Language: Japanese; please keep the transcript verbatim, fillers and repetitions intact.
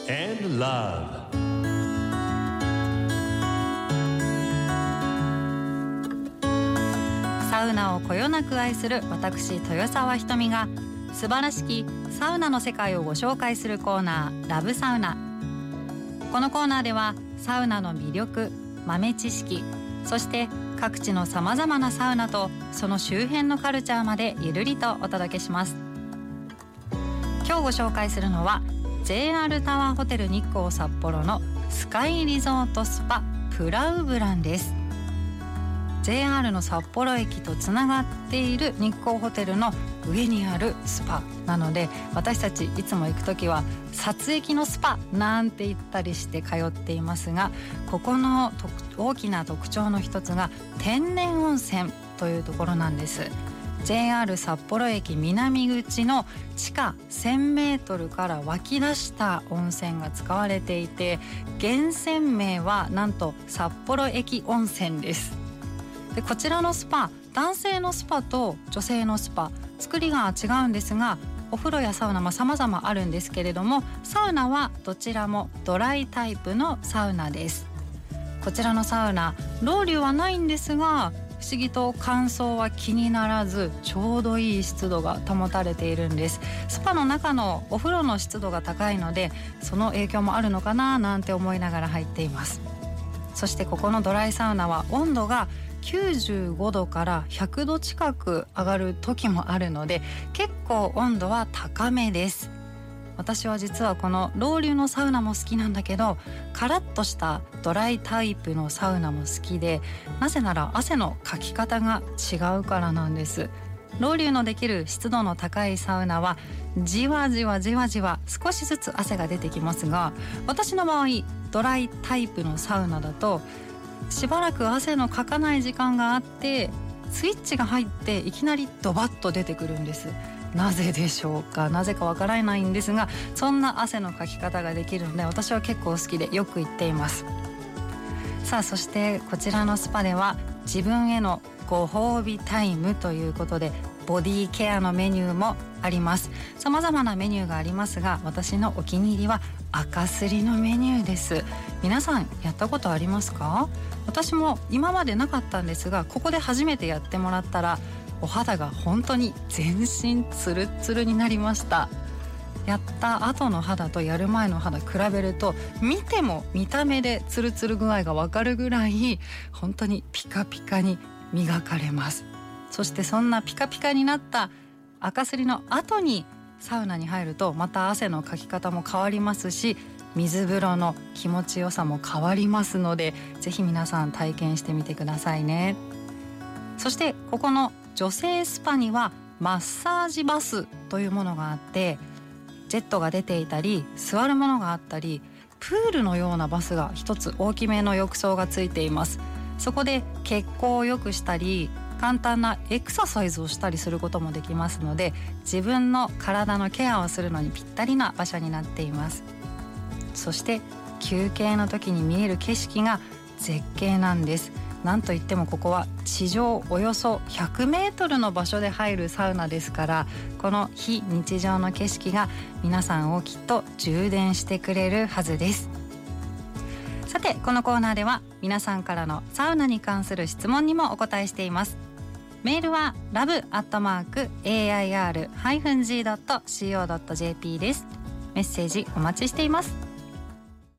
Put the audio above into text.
and Love。 サウナをこよなく愛する私豊沢ひとみが素晴らしきサウナの世界をご紹介するコーナー、ラブサウナ。このコーナーではサウナの魅力、豆知識、そして各地のさまざまなサウナとその周辺のカルチャーまでゆるりとお届けします。今日ご紹介するのは ジェイアール タワーホテル日光札幌のスカイリゾートスパプラウブランです。 ジェイアール の札幌駅とつながっている日光ホテルの上にあるスパなので、私たちいつも行くときは撮駅のスパなんて言ったりして通っていますが、ここの大きな特徴の一つが天然温泉というところなんです。 ジェイアール 札幌駅南口の地下せんメートルから湧き出した温泉が使われていて、源泉名はなんと札幌駅温泉です。でこちらのスパ、男性のスパと女性のスパ作りが違うんですが、お風呂やサウナも様々あるんですけれども、サウナはどちらもドライタイプのサウナです。こちらのサウナ、ロウリュはないんですが、不思議と乾燥は気にならず、ちょうどいい湿度が保たれているんです。スパの中のお風呂の湿度が高いので、その影響もあるのかななんて思いながら入っています。そしてここのドライサウナは温度がきゅうじゅうごどからひゃくど近く上がる時もあるので、結構温度は高めです。私は実はこのロウリュのサウナも好きなんだけど、カラッとしたドライタイプのサウナも好きで、なぜなら汗のかき方が違うからなんです。ロウリュのできる湿度の高いサウナはじわじわじわじわ少しずつ汗が出てきますが、私の場合ドライタイプのサウナだとしばらく汗のかかない時間があって、スイッチが入っていきなりドバッと出てくるんです。なぜでしょうか。なぜかわからないんですが、そんな汗のかき方ができるので、私は結構好きでよく行っています。さあ、そしてこちらのスパでは自分へのご褒美タイムということで、ボディケアのメニューもあります。さまざまなメニューがありますが、私のお気に入りは赤すりのメニューです。皆さんやったことありますか？私も今までなかったんですが、ここで初めてやってもらったらお肌が本当に全身ツルツルになりました。やった後の肌とやる前の肌比べると、見ても見た目でツルツル具合がわかるぐらい本当にピカピカに磨かれます。そしてそんなピカピカになった赤すりの後にサウナに入ると、また汗のかき方も変わりますし、水風呂の気持ちよさも変わりますので、ぜひ皆さん体験してみてくださいね。そしてここの女性スパにはマッサージバスというものがあって、ジェットが出ていたり座るものがあったり、プールのようなバスが一つ大きめの浴槽がついています。そこで血行を良くしたり、簡単なエクササイズをしたりすることもできますので、自分の体のケアをするのにぴったりな場所になっています。そして休憩の時に見える景色が絶景なんです。なんといってもここは地上およそひゃくメートルの場所で入るサウナですから、この非日常の景色が皆さんをきっと充電してくれるはずです。さて、このコーナーでは皆さんからのサウナに関する質問にもお答えしています。メールは ラブ アットマーク エーアイアール ジー ドット シーオー ドット ジェーピー です。メッセージお待ちしています。